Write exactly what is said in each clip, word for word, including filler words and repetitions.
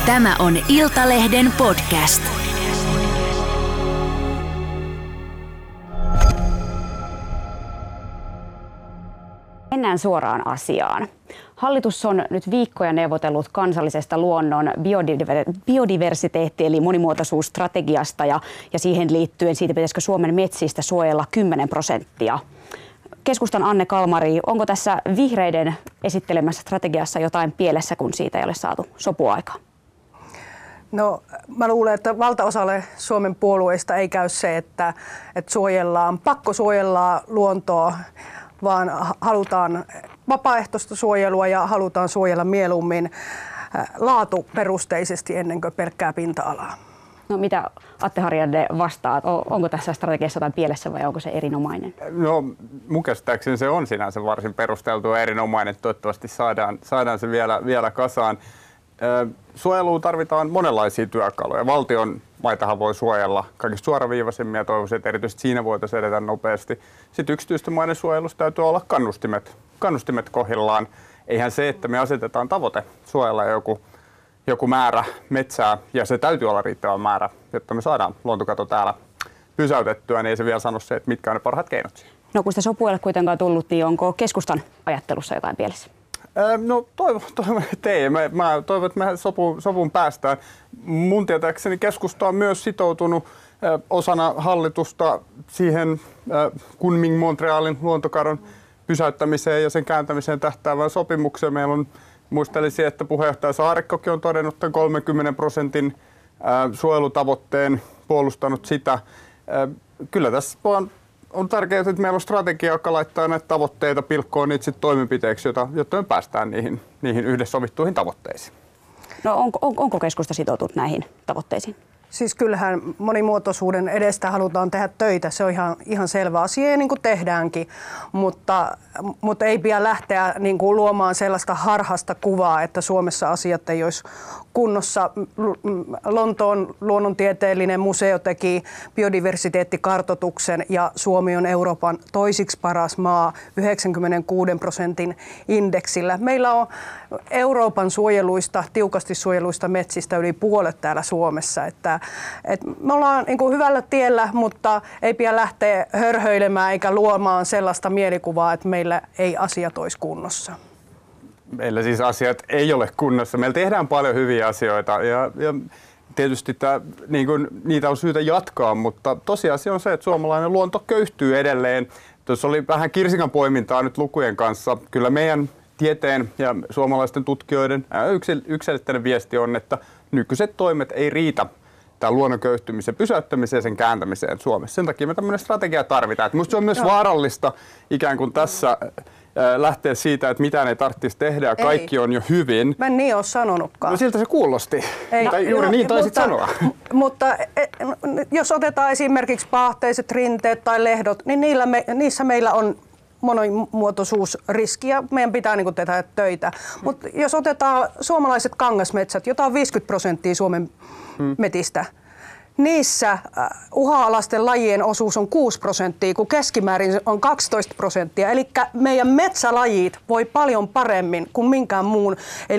Tämä on Iltalehden podcast. Mennään suoraan asiaan. Hallitus on nyt viikkoja neuvotellut kansallisesta luonnon biodiversiteetti- eli monimuotoisuusstrategiasta ja, ja siihen liittyen siitä, pitäisikö Suomen metsistä suojella kymmenen prosenttia. Keskustan Anne Kalmari, onko tässä vihreiden esittelemässä strategiassa jotain pielessä, kun siitä ei ole saatu sopuaikaa? No, mä luulen, että valtaosalle Suomen puolueista ei käy se, että, että suojellaan, pakko suojella luontoa, vaan halutaan vapaaehtoista suojelua ja halutaan suojella mieluummin laatuperusteisesti ennen kuin pelkkää pinta-alaa. No mitä Atte Harjanne vastaa? Onko tässä strategiassa jotain pielessä vai onko se erinomainen? No mun käsittääkseni se on sinänsä varsin perusteltu ja erinomainen. Toivottavasti saadaan, saadaan se vielä, vielä kasaan. Suojeluun tarvitaan monenlaisia työkaluja. Valtion maitahan voi suojella kaikista suoraviivaisemmin ja toivoisin, että erityisesti siinä voitaisiin edetä nopeasti. Sitten yksityisten maiden suojelussa täytyy olla kannustimet, kannustimet kohdillaan. Eihän se, että me asetetaan tavoite suojella joku, joku määrä metsää, ja se täytyy olla riittävä määrä, jotta me saadaan luontokato täällä pysäytettyä, niin ei se vielä sano se, että mitkä on ne parhaat keinot siihen. No kun sitä sopua ei ole kuitenkaan tullut, niin onko keskustan ajattelussa jotain pielessä? No toivon, toivon että ei. Mä, mä toivon, että me sopuun, sopuun päästään. Mun tietääkseni keskusta on myös sitoutunut äh, osana hallitusta siihen äh, Kunming-Montrealin luontokadon pysäyttämiseen ja sen kääntämiseen tähtäävään sopimukseen. Meillä on, muistelisin, että puheenjohtaja Saarikkokin on todennut tämän kolmenkymmenen prosentin äh, suojelutavoitteen, puolustanut sitä. Äh, kyllä tässä on On tärkeää, että meillä on strategia, joka laittaa näitä tavoitteita pilkkoon niitä sit toimenpiteiksi, jotta, jotta me päästään niihin, niihin yhdessä sovittuihin tavoitteisiin. No onko, on, onko keskusta sitoutunut näihin tavoitteisiin? Siis kyllähän monimuotoisuuden edestä halutaan tehdä töitä, se on ihan, ihan selvä asia ja niin kuin tehdäänkin, mutta, mutta ei pidä lähteä niin kuin luomaan sellaista harhasta kuvaa, että Suomessa asiat ei olisi kunnossa. Lontoon luonnontieteellinen museo teki biodiversiteettikartoituksen ja Suomi on Euroopan toisiksi paras maa yhdeksänkymmentäkuusi prosentin indeksillä. Meillä on Euroopan suojeluista, tiukasti suojeluista metsistä yli puolet täällä Suomessa. Että, että me ollaan niin kuin hyvällä tiellä, mutta ei pidä lähteä hörhöilemään eikä luomaan sellaista mielikuvaa, että meillä ei asiat olisi kunnossa. Meillä siis asiat ei ole kunnossa. Meillä tehdään paljon hyviä asioita ja, ja tietysti tämä, niin kuin, niitä on syytä jatkaa, mutta tosiasia on se, että suomalainen luonto köyhtyy edelleen. Tuossa oli vähän kirsikan poimintaa nyt lukujen kanssa. Kyllä meidän tieteen ja suomalaisten tutkijoiden yksilöllinen viesti on, että nykyiset toimet ei riitä tämän luonnon köyhtymisen pysäyttämiseen ja sen kääntämiseen Suomessa. Sen takia me tämmöinen strategia tarvitaan. Minusta se on myös vaarallista ikään kuin tässä lähteä siitä, että mitään ei tarvitsisi tehdä ja kaikki ei. On jo hyvin. Mä en niin ole sanonutkaan. No siltä se kuulosti. Ei. Tai juuri no, niin taisit mutta, sanoa. Mutta jos otetaan esimerkiksi paahteiset rinteet tai lehdot, niin niillä me, niissä meillä on monimuotoisuusriski ja meidän pitää niin kuin tehdä töitä. Mutta jos otetaan suomalaiset kangasmetsät, jota on viisikymmentä prosenttia Suomen hmm. metistä, niissä uhanalaisten lajien osuus on kuusi prosenttia, kun keskimäärin on kaksitoista prosenttia. Eli meidän metsälajit voi paljon paremmin kuin minkään muun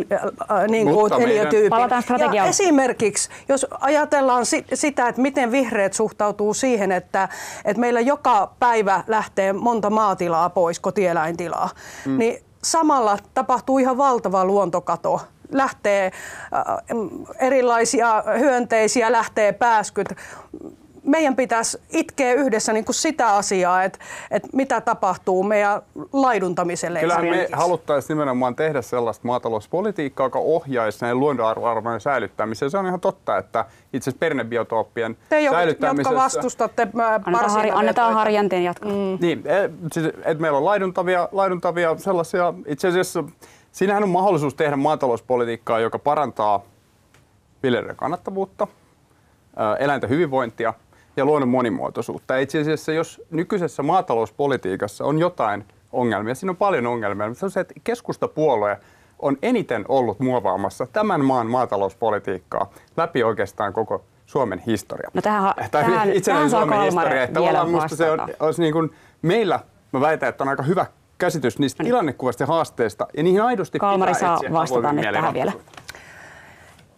niin kuin eliötyypin. Palataan strategiaan. Ja esimerkiksi, jos ajatellaan sitä, että miten vihreät suhtautuu siihen, että, että meillä joka päivä lähtee monta maatilaa pois, kotieläintilaa, mm. niin samalla tapahtuu ihan valtava luontokato. Lähtee äh, erilaisia hyönteisiä, lähtee pääskyt. Meidän pitäisi itkeä yhdessä niin kuin sitä asiaa, että, että mitä tapahtuu meidän laiduntamiselle. Kyllähän me haluttaisiin nimenomaan tehdä sellaista maatalouspolitiikkaa, joka ohjaisi näiden luonnonarvojen säilyttämiseen. Se on ihan totta, että itse asiassa perinnebiotooppien Te, säilyttämisessä... jotka vastustatte parsinavettä. Annetaan Harjanteen jatkaa. Mm. Niin, että meillä on laiduntavia, laiduntavia sellaisia... Itse asiassa siinähän on mahdollisuus tehdä maatalouspolitiikkaa, joka parantaa viljelijöiden kannattavuutta, eläinten hyvinvointia ja luonnon monimuotoisuutta. Itse asiassa jos nykyisessä maatalouspolitiikassa on jotain ongelmia, siinä on paljon ongelmia, mutta se on se, että keskustapuolue on eniten ollut muovaamassa tämän maan maatalouspolitiikkaa läpi oikeastaan koko Suomen historia. No tähän, tai tähän, itsenäinen tähän Suomen historia. Että vielä musta se on, olisi niin kuin, meillä, mä väitän, että on aika hyvä käsitys niistä tilannekuvasta ja haasteista, ja niihin aidosti Kalmari pitää saa etsiä vastata nyt tähän vielä.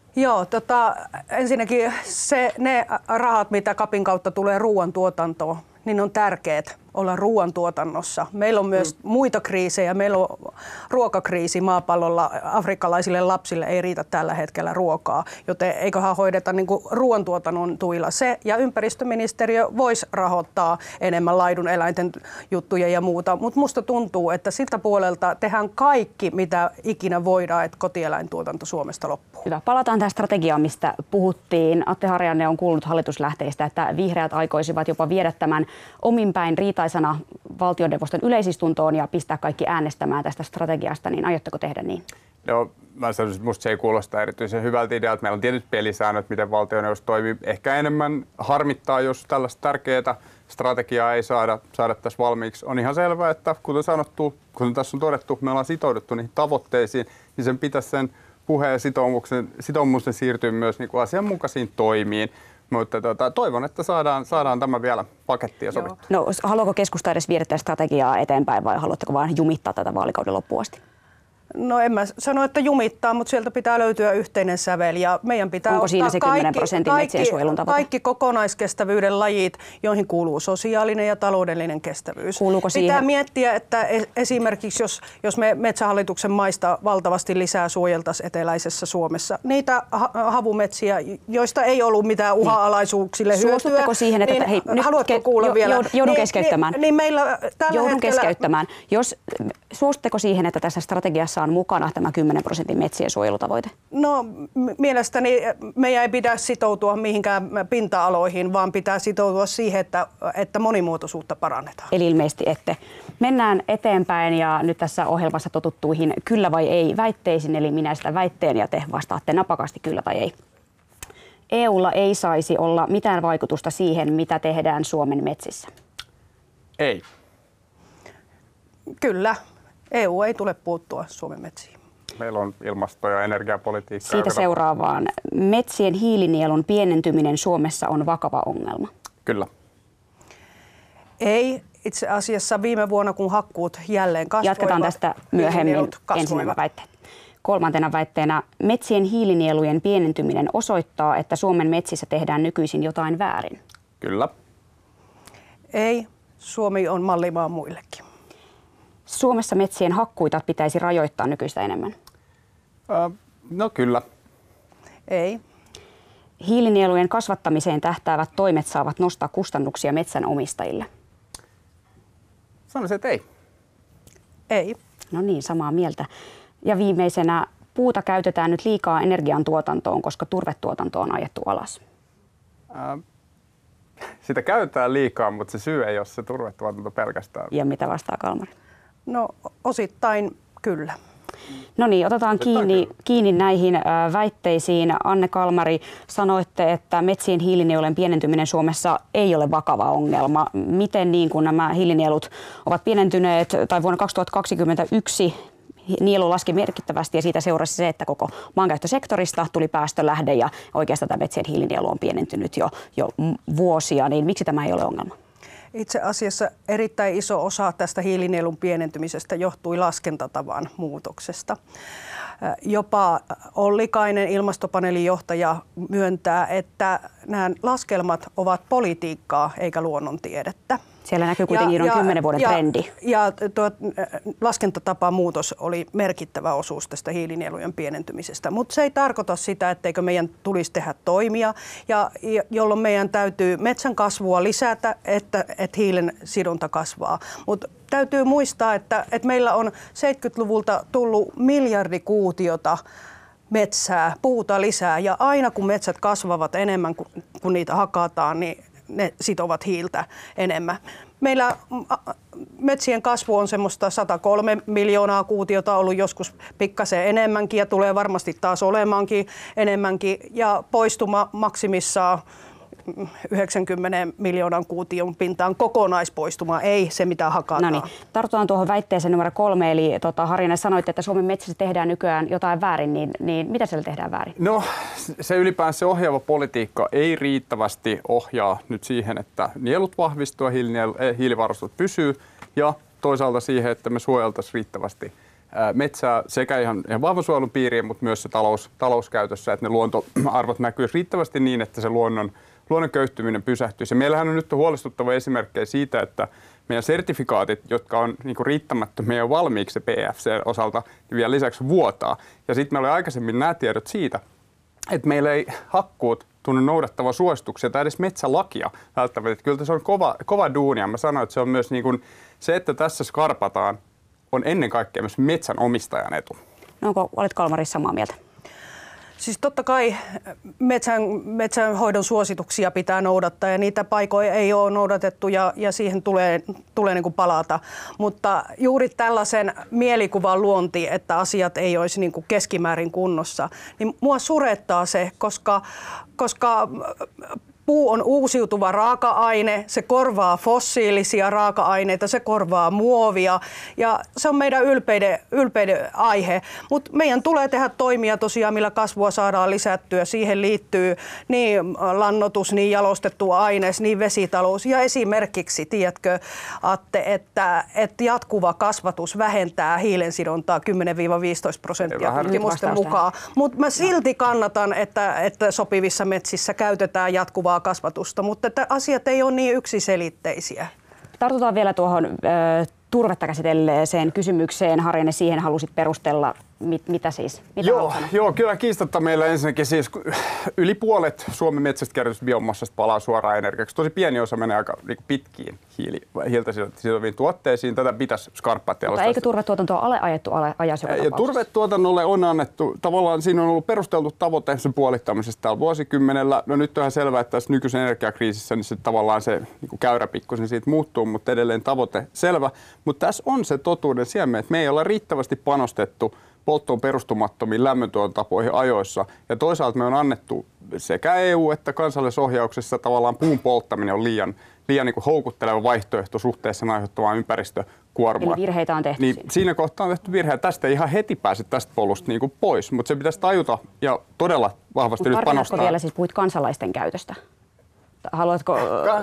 Joo, tota, ensinnäkin se, ne rahat, mitä CAPin kautta tulee ruoantuotantoon, niin on tärkeät olla ruoantuotannossa. Meillä on myös mm. muita kriisejä. Meillä on ruokakriisi maapallolla. Afrikkalaisille lapsille ei riitä tällä hetkellä ruokaa, joten eiköhän hoideta niin kuin ruoantuotannon tuilla se. Ja ympäristöministeriö voisi rahoittaa enemmän laidun eläinten juttuja ja muuta. Mutta musta tuntuu, että siltä puolelta tehdään kaikki, mitä ikinä voidaan, että kotieläintuotanto Suomesta loppuu. Hyvä. Palataan tähän strategiaan, mistä puhuttiin. Atte Harjanne on kuullut hallituslähteistä, että vihreät aikoisivat jopa viedä tämän omin päin riitaisena valtioneuvoston yleisistuntoon ja pistää kaikki äänestämään tästä strategiasta, niin aiotteko tehdä niin? Joo, mä sanoisin, että musta se ei kuulosta erityisen hyvältä idealta. Meillä on tietyt pelisäännöt, miten valtioneuvosto toimii. Ehkä enemmän harmittaa, jos tällaista tärkeää strategiaa ei saada, saada tässä valmiiksi. On ihan selvää, että kuten sanottu, kuten tässä on todettu, me ollaan sitouduttu niihin tavoitteisiin, niin sen pitäisi sen puheen ja sitoumuksen, sitoumuksen siirtyä myös niin kuin asianmukaisiin toimiin. Mutta tuota, toivon, että saadaan, saadaan tämä vielä pakettia sovittua. No, haluaako keskusta edes viedä tätä strategiaa eteenpäin vai haluatteko vain jumittaa tätä vaalikauden loppuun asti? No en mä sano, että jumittaa, mutta sieltä pitää löytyä yhteinen sävel ja meidän pitää Onko ottaa siinä se kymmenen kaikki, prosentin metsien suojelun tavoite? kaikki kokonaiskestävyyden lajit, joihin kuuluu sosiaalinen ja taloudellinen kestävyys. Kuuluuko siihen? Pitää miettiä, että esimerkiksi jos, jos me Metsähallituksen maista valtavasti lisää suojeltaisiin eteläisessä Suomessa, niitä havumetsiä, joista ei ollut mitään uha-alaisuuksille hyötyä. Suostutteko siihen, että... Niin, hei, nyt haluatko ke- kuulla jo, vielä? Joudun niin, keskeyttämään. Niin, niin meillä tällä Joudun hetkellä... keskeyttämään. Jos, suostutteko siihen, että tässä strategiassa on mukana tämä kymmenen prosentin metsien suojelutavoite? No mielestäni meidän ei pidä sitoutua mihinkään pinta-aloihin, vaan pitää sitoutua siihen, että, että monimuotoisuutta parannetaan. Eli ilmeisesti ette. Mennään eteenpäin ja nyt tässä ohjelmassa totuttuihin kyllä vai ei väitteisiin, eli minä sitä väitteen ja te vastaatte napakasti kyllä tai ei. E U:lla ei saisi olla mitään vaikutusta siihen, mitä tehdään Suomen metsissä. Ei. Kyllä. E U ei tule puuttua Suomen metsiin. Meillä on ilmasto- ja energiapolitiikkaa. Siitä seuraavaan. Metsien hiilinielun pienentyminen Suomessa on vakava ongelma. Kyllä. Ei. Itse asiassa viime vuonna, kun hakkuut jälleen kasvoivat. Jatketaan tästä myöhemmin ensimmäinen väitteet. Kolmantena väitteenä metsien hiilinielujen pienentyminen osoittaa, että Suomen metsissä tehdään nykyisin jotain väärin. Kyllä. Ei. Suomi on mallimaa muillekin. Suomessa metsien hakkuita pitäisi rajoittaa nykyistä enemmän. Äh, no kyllä. Ei. Hiilinielujen kasvattamiseen tähtäävät toimet saavat nostaa kustannuksia metsänomistajille. Sanoisin, että ei. Ei. No niin, samaa mieltä. Ja viimeisenä, puuta käytetään nyt liikaa energiantuotantoon, koska turvetuotanto on ajettu alas. Äh, sitä käytetään liikaa, mutta se syy ei ole se turvetuotanto pelkästään. Ja mitä vastaa Kalmari? No osittain kyllä. No niin, otetaan kiinni, kiinni näihin ö, väitteisiin. Anne Kalmari, sanoitte, että metsien hiilinielujen pienentyminen Suomessa ei ole vakava ongelma. Miten niin, kun nämä hiilinielut ovat pienentyneet, tai vuonna kaksituhattakaksikymmentäyksi nielu laski merkittävästi ja siitä seurasi se, että koko maankäyttösektorista tuli päästölähde ja oikeastaan tämä metsien hiilinielu on pienentynyt jo, jo vuosia, niin miksi tämä ei ole ongelma? Itse asiassa erittäin iso osa tästä hiilinielun pienentymisestä johtui laskentatavan muutoksesta. Jopa Ollikainen, ilmastopaneelin johtaja, myöntää, että nämä laskelmat ovat politiikkaa eikä luonnontiedettä. Siellä näkyy kuitenkin noin kymmenen vuoden ja, trendi. Ja tuo laskentatapamuutos oli merkittävä osuus tästä hiilinielujen pienentymisestä. Mutta se ei tarkoita sitä, etteikö meidän tulisi tehdä toimia, ja, jolloin meidän täytyy metsän kasvua lisätä, että, että hiilen sidonta kasvaa. Mutta täytyy muistaa, että, että meillä on seitsemänkymmentäluvulta tullut miljardi kuutiota metsää, puuta lisää, ja aina kun metsät kasvavat enemmän kuin, kun niitä hakataan, niin ne sitovat hiiltä enemmän. Meillä metsien kasvu on semmoista sata kolme miljoonaa kuutiota ollut joskus pikkasen enemmänkin ja tulee varmasti taas olemaankin enemmänkin. Ja poistuma maksimissaan yhdeksänkymmentä miljoonan kuution pintaan kokonaispoistuma, ei se mitä hakataan. No niin, tartutaan tuohon väitteeseen numero kolme, eli tota, Harjanne sanoitte, että Suomen metsissä tehdään nykyään jotain väärin, niin, niin mitä siellä tehdään väärin? No se ylipäänsä se ohjaava politiikka ei riittävästi ohjaa nyt siihen, että nielut vahvistuu ja hiilivarastot pysyy ja toisaalta siihen, että me suojeltaisiin riittävästi metsää sekä ihan, ihan vahvan suojelun piiriin, mutta myös se talous, talouskäytössä, että ne luontoarvot näkyisi riittävästi niin, että se luonnon, luonnon köyhtyminen pysähtyisi. Ja meillähän on nyt huolestuttava esimerkkejä siitä, että meidän sertifikaatit, jotka on niin kuin riittämättömiä jo valmiiksi P F C-osalta, niin vielä lisäksi vuotaa. Ja sitten meillä oli aikaisemmin nämä tiedot siitä, että meillä ei hakkuut tunnu noudattava suosituksia tai edes metsälakia välttämättä. Että kyllä se on kova, kova duunia. Mä sanoin, että se on myös niin kuin, se, että tässä skarpataan, on ennen kaikkea myös metsänomistajan etu. No onko, olet Kalmari samaa mieltä? Siis totta kai metsän, metsänhoidon suosituksia pitää noudattaa ja niitä paikoja ei ole noudatettu ja, ja siihen tulee, tulee niin kuin palata. Mutta juuri tällaisen mielikuvan luonti, että asiat ei olisi niin kuin keskimäärin kunnossa, niin mua surettaa se, koska, koska puu on uusiutuva raaka-aine, se korvaa fossiilisia raaka-aineita, se korvaa muovia ja se on meidän ylpeiden, ylpeiden aihe. Mutta meidän tulee tehdä toimia tosiaan, millä kasvua saadaan lisättyä. Siihen liittyy niin lannoitus, niin jalostettu aines, niin vesitalous ja esimerkiksi, tiedätkö Atte, että, että jatkuva kasvatus vähentää hiilensidontaa kymmenen viisitoista prosenttia tutkimusten mukaan. Mutta mä silti kannatan, että, että sopivissa metsissä käytetään jatkuvaa kasvatusta, mutta että asiat ei ole niin yksiselitteisiä. Tartutaan vielä tuohon ö, turvetta käsitelleeseen kysymykseen. Harjanne, siihen halusit perustella, mit, mitä siis? Mitä joo, joo, kyllä kiistatta meillä ensinnäkin siis yli puolet Suomen metsästä kerätystä biomassasta palaa suoraan energiaksi. Tosi pieni osa menee aika niin pitkiin hiili, hiiltä sitoviin tuotteisiin. Tätä pitäisi skarppaa teollistaa. Mutta eikö turvetuotantoa ole ajettu ajas joka tapauksessa? Turvetuotannolle on annettu, tavallaan siinä on ollut perusteltu tavoite sen puolittamisesta tällä vuosikymmenellä. No nyt on ihan selvää, että tässä nykyisen energiakriisissä niin se, tavallaan se niin kuin käyrä pikkusen siitä muuttuu, mutta edelleen tavoite selvä. Mutta tässä on se totuuden siemen, että me ei olla riittävästi panostettu polttoon perustumattomiin lämmöntuotantotapoihin ajoissa. Ja toisaalta me on annettu sekä E U- että kansallisohjauksessa tavallaan puun polttaminen on liian, liian niin kuin houkutteleva vaihtoehto suhteessa aiheuttamaan ympäristökuormaa. Eli virheitä on tehty niin siinä. Siinä kohtaa on tehty virhe. Tästä ei ihan heti pääse tästä polusta niin kuin pois, mutta se pitäisi tajuta ja todella vahvasti nyt panostaa. vielä, siis puhuit kansalaisten käytöstä? Haluatko... Ka-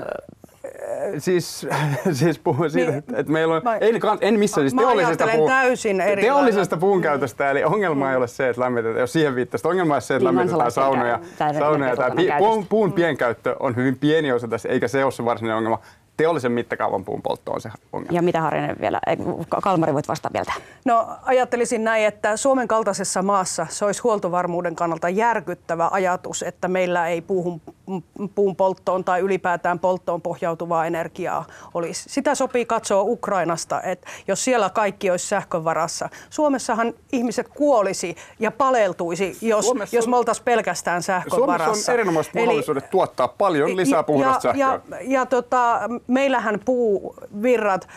Siis, siis puhun siitä, niin, että, että meillä on, mä, ei, en missään, siis teollisesta, puun, teollisesta puun käytöstä, eli ongelma ei ole se, että lämmitetään, jos siihen viittaisi, ongelma on se, että niin lämmitetään saunoja, saunoja tai puun, puun pienkäyttö on hyvin pieni osa tässä, eikä se ole se varsinainen ongelma. Teollisen mittakaavan puun poltto on se ongelma. Ja mitä Harjanne vielä? Kalmari, voit vastata vielä tähän. No ajattelisin näin, että Suomen kaltaisessa maassa se olisi huoltovarmuuden kannalta järkyttävä ajatus, että meillä ei puuhun, puun polttoon tai ylipäätään polttoon pohjautuvaa energiaa olisi. Sitä sopii katsoa Ukrainasta, että jos siellä kaikki olisi sähkön varassa. Suomessahan ihmiset kuolisi ja paleltuisi, jos, jos me oltaisiin pelkästään sähkön Suomessa varassa. Suomessa on erinomaiset mahdollisuudet Eli, tuottaa paljon lisää puhdasta sähköä. Ja, ja, ja tota, meillähän puuvirrat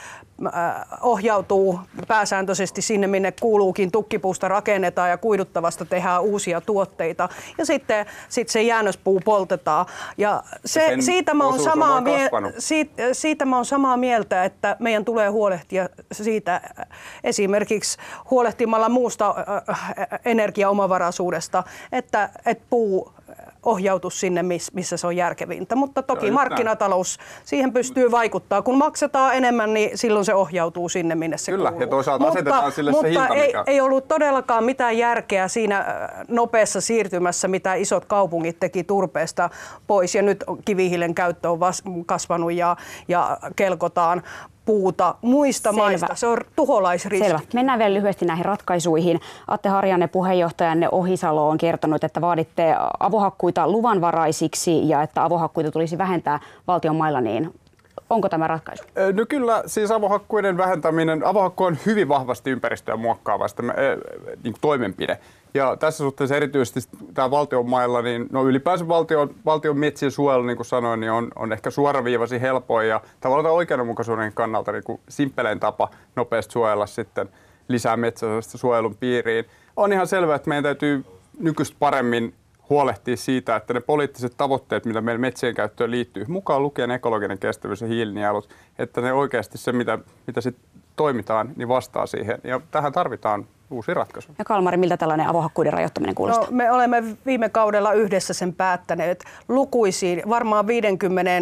ohjautuu pääsääntöisesti sinne, minne kuuluukin. Tukkipuusta rakennetaan ja kuiduttavasta tehdään uusia tuotteita. Ja sitten sit se jäännöspuu poltetaan. Ja se, ja siitä, mä oon samaa mie- siitä, siitä mä oon samaa mieltä, että meidän tulee huolehtia siitä esimerkiksi huolehtimalla muusta energiaomavaraisuudesta, että, että puu ohjautus sinne, missä se on järkevintä. Mutta toki Joo, markkinatalous siihen pystyy vaikuttaa. Kun maksetaan enemmän, niin silloin se ohjautuu sinne, minne se Kyllä, kuuluu. ja toisaalta mutta, asetetaan sille mutta se hinta, ei, mikä... ei ollut todellakaan mitään järkeä siinä nopeassa siirtymässä, mitä isot kaupungit teki turpeesta pois. Ja nyt kivihiilen käyttö on vas- kasvanut ja, ja kelkotaan puuta muista Selvä. maista. Se on tuholaisriski. Selvä. Mennään vielä lyhyesti näihin ratkaisuihin. Atte Harjanne, puheenjohtajanne Ohisalo on kertonut, että vaaditte avohakkuita luvanvaraisiksi ja että avohakkuita tulisi vähentää valtion mailla, niin onko tämä ratkaisu? No kyllä, siis avohakkuiden vähentäminen, avohakku on hyvin vahvasti ympäristöä muokkaava niin toimenpide. Ja tässä suhteessa erityisesti tämä valtion mailla, niin no ylipäänsä valtion, valtion metsien suojelu, niin kuin sanoin, niin on, on ehkä suoraviivaisin helpoin ja tavallaan oikeudenmukaisuuden kannalta niin kuin simppelein tapa nopeasti suojella sitten lisää metsästä suojelun piiriin. On ihan selvää, että meidän täytyy nykyistä paremmin huolehtia siitä, että ne poliittiset tavoitteet, mitä meidän metsien käyttöön liittyy, mukaan lukien ekologinen kestävyys ja hiilinielut, että ne oikeasti se, mitä, mitä sitten toimitaan, niin vastaa siihen. Ja tähän tarvitaan uusi ratkaisu. Ja Kalmari, miltä tällainen avohakkuiden rajoittaminen kuulostaa? No, me olemme viime kaudella yhdessä sen päättäneet lukuisiin, varmaan viisikymmentä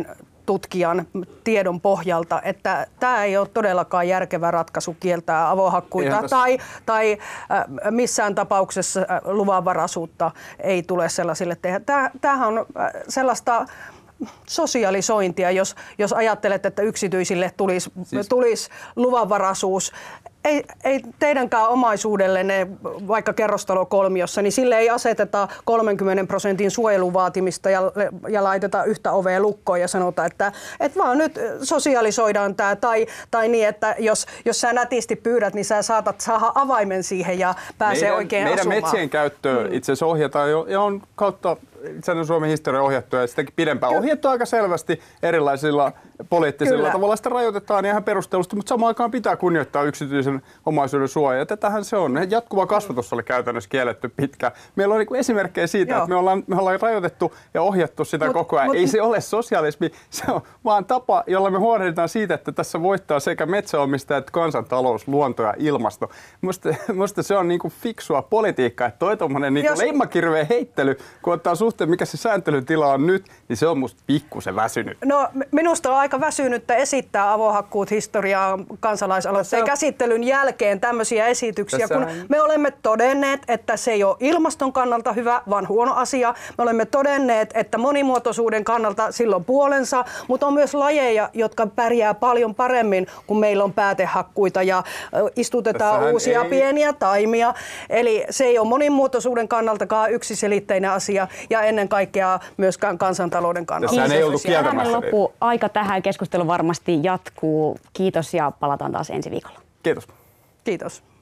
tutkijan tiedon pohjalta, että tämä ei ole todellakaan järkevä ratkaisu kieltää avohakkuita tai, tai missään tapauksessa luvanvaraisuutta ei tule sellaisille tehdä. Tämähän on sellaista sosialisointia, jos, jos ajattelet, että yksityisille tulisi, siis... tulisi luvanvaraisuus. Ei, ei teidänkään omaisuudellenne, vaikka kerrostalokolmiossa, niin sille ei aseteta kolmenkymmenen prosentin suojeluvaatimista ja, ja laiteta yhtä ovea lukkoon ja sanota, että et vaan nyt sosialisoidaan tämä. Tai, tai niin, että jos, jos sä nätisti pyydät, niin sä saatat saada avaimen siihen ja pääsee meidän, oikein meidän asumaan. Meidän metsien käyttöön mm. itse asiassa ohjataan jo, ja on kautta itse asiassa Suomen historia ohjattu ja sitäkin pidempään Ky- ohjattu aika selvästi erilaisilla poliittisilla Kyllä. tavalla. Sitä rajoitetaan ihan perustellusti, mutta samaan aikaan pitää kunnioittaa yksityisen omaisuuden suojaa. Tätähän se on. Jatkuva kasvatus oli käytännössä kielletty pitkään. Meillä on niin kuin esimerkkejä siitä, Joo. että me ollaan, me ollaan rajoitettu ja ohjattu sitä mut, koko ajan. Mut, Ei se ole sosialismi, se on vaan tapa, jolla me huolehditaan siitä, että tässä voittaa sekä metsäomistajat, kansantalous, luonto ja ilmasto. Musta, musta se on niin kuin fiksua politiikkaa, että toi tommoinen niin kuin leimakirveen heittely, kun ottaa suhteen, mikä se sääntelytila on nyt, niin se on musta pikkusen väsynyt. No minusta on aika väsynyttä esittää avohakkuut historiaa kansalaisaloitteen käsittelyn jälkeen tämmöisiä esityksiä, kun me olemme todenneet, että se ei ole ilmaston kannalta hyvä, vaan huono asia. Me olemme todenneet, että monimuotoisuuden kannalta silloin puolensa, mutta on myös lajeja, jotka pärjää paljon paremmin, kun meillä on päätehakkuita ja istutetaan Tässähän uusia ei... pieniä taimia. Eli se ei ole monimuotoisuuden kannaltakaan yksiselitteinen asia ja ennen kaikkea myöskään kansantalouden kannalta. Tässähän ei oltu kieltämässä. Loppu aika tähän. Keskustelu varmasti jatkuu. Kiitos ja palataan taas ensi viikolla. Kiitos. Kiitos.